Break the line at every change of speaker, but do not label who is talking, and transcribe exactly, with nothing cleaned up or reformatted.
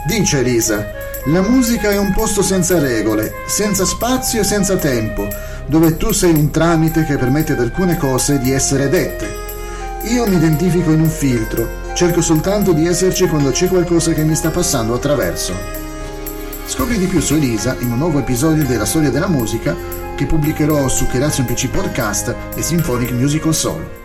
Dice Elisa: la musica è un posto senza regole, senza spazio e senza tempo, dove tu sei un tramite che permette ad alcune cose di essere dette. Io mi identifico in un filtro, cerco soltanto di esserci quando c'è qualcosa che mi sta passando attraverso. Scopri di più su Elisa in un nuovo episodio della Storia della Musica che pubblicherò su Keratio M P C Podcast e Symphonic Musical Soul.